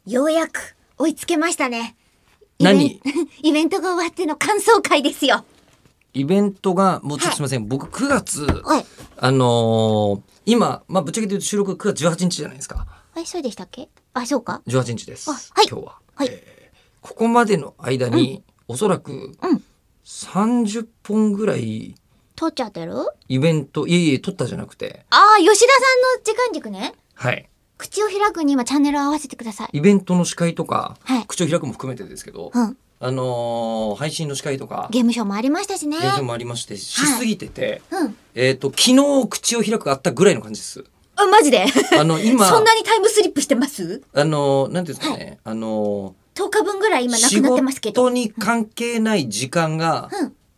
ようやく追いつけましたね。 何イベントが終わっての感想会ですよ。 イベントがもうちょっとすみません、僕9月はい。 今、ぶっちゃけて言うと収録9月18日じゃないですか。 そうでしたっけ？そうか。 18日です。 はい。 今日は。 はい。 ここまでの間に、おそらく30本ぐらい撮っちゃってる？ イベント、撮ったじゃなくて。 吉田さんの時間軸ね。 はい。 口を開くに今チャンネルを合わせてください。 イベントの司会とか、 はい、 口を開くも含めてですけど、配信の司会とかゲームショーもありましたしね。 ゲームショーもありましてしすぎてて、昨日口を開くあったぐらいの感じです。 マジで今そんなにタイムスリップしてます？ なんていうんですかね、 10日分ぐらい今なくなってますけど、 仕事に関係ない時間が、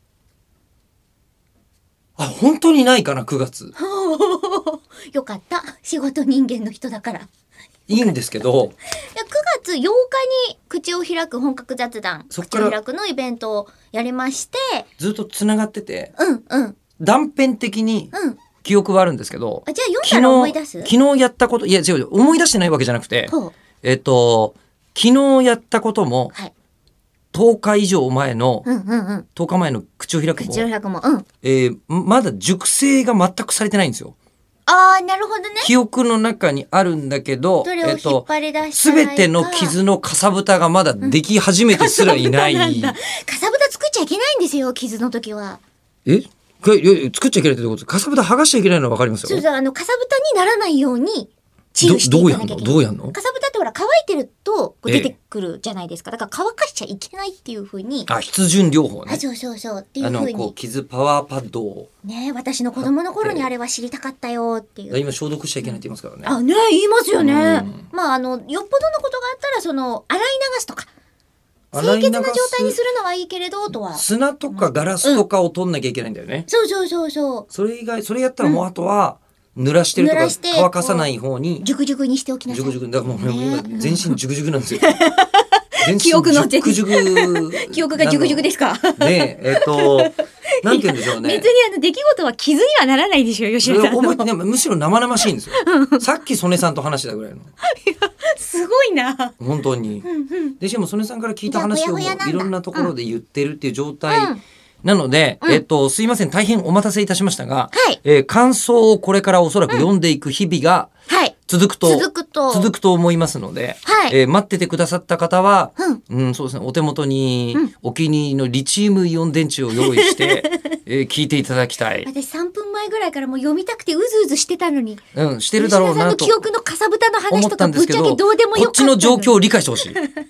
本当にないかな9月。 よかった、仕事人間の人だからいいんですけど、9 月8日に口を開く本格雑談、 そっから口を開くのイベントをやりまして、 ずっとつながってて、断片的に記憶はあるんですけど、 じゃあ読んだら思い出す？ 昨日やったこと、いや違う、思い出してないわけじゃなくて、昨日やったことも、10日以上前の、10日前の口を開くも、まだ熟成が全くされてないんですよ。 なるほどね。 記憶の中にあるんだけど、 どれを引っ張り出したらいいか、 全ての傷のかさぶたがまだでき始めてすらいない。 かさぶた作っちゃいけないんですよ、傷の時は。 作っちゃいけないってこと？かさぶた剥がしちゃいけないのはわかりますよ。 そうそう、かさぶたにならないように治癒していかなきゃいけない。 どうやんの？ かさぶたってほら乾いてると出てくるじゃないですか。だから乾かしちゃいけないっていう風に。 湿潤療法ね。 そうっていう風に。 傷パワーパッドを。 ね、私の子供の頃にあれは知りたかったよっていう。 今消毒しちゃいけないって言いますからね。 言いますよね。よっぽどのことがあったら洗い流すとか。清潔な状態にするのはいいけれどとは。 砂とかガラスとかを取んなきゃいけないんだよね。 そう。 それやったらもうあとは濡らしてるとか乾かさない方に。 ジュクジュクにしておきなさい。 ジュクジュク。だからもう今全身ジュクジュクなんですよ。 記憶のジュクジュク。 記憶がジュクジュクですか？ で、なんて言うんでしょうね。 別に出来事は傷にはならないでしょ、吉田さんの。 むしろ生々しいんですよ。さっき曽根さんと話したぐらいの。 すごいな。 本当に。でしかも曽根さんから聞いた話をいろんなところで言ってるっていう状態なので、すいません、大変お待たせいたしましたが、感想をこれからおそらく読んでいく日々が続くと思いますので、待っててくださった方は、そうですね、お手元にお気に入りのリチウムイオン電池を用意して、聞いていただきたい。 私3分前ぐらいからもう読みたくてうずうずしてたのに、 してるだろうなと吉田さんの記憶のかさぶたの話とかぶっちゃけどうでもよかった。 こっちの状況を理解してほしい。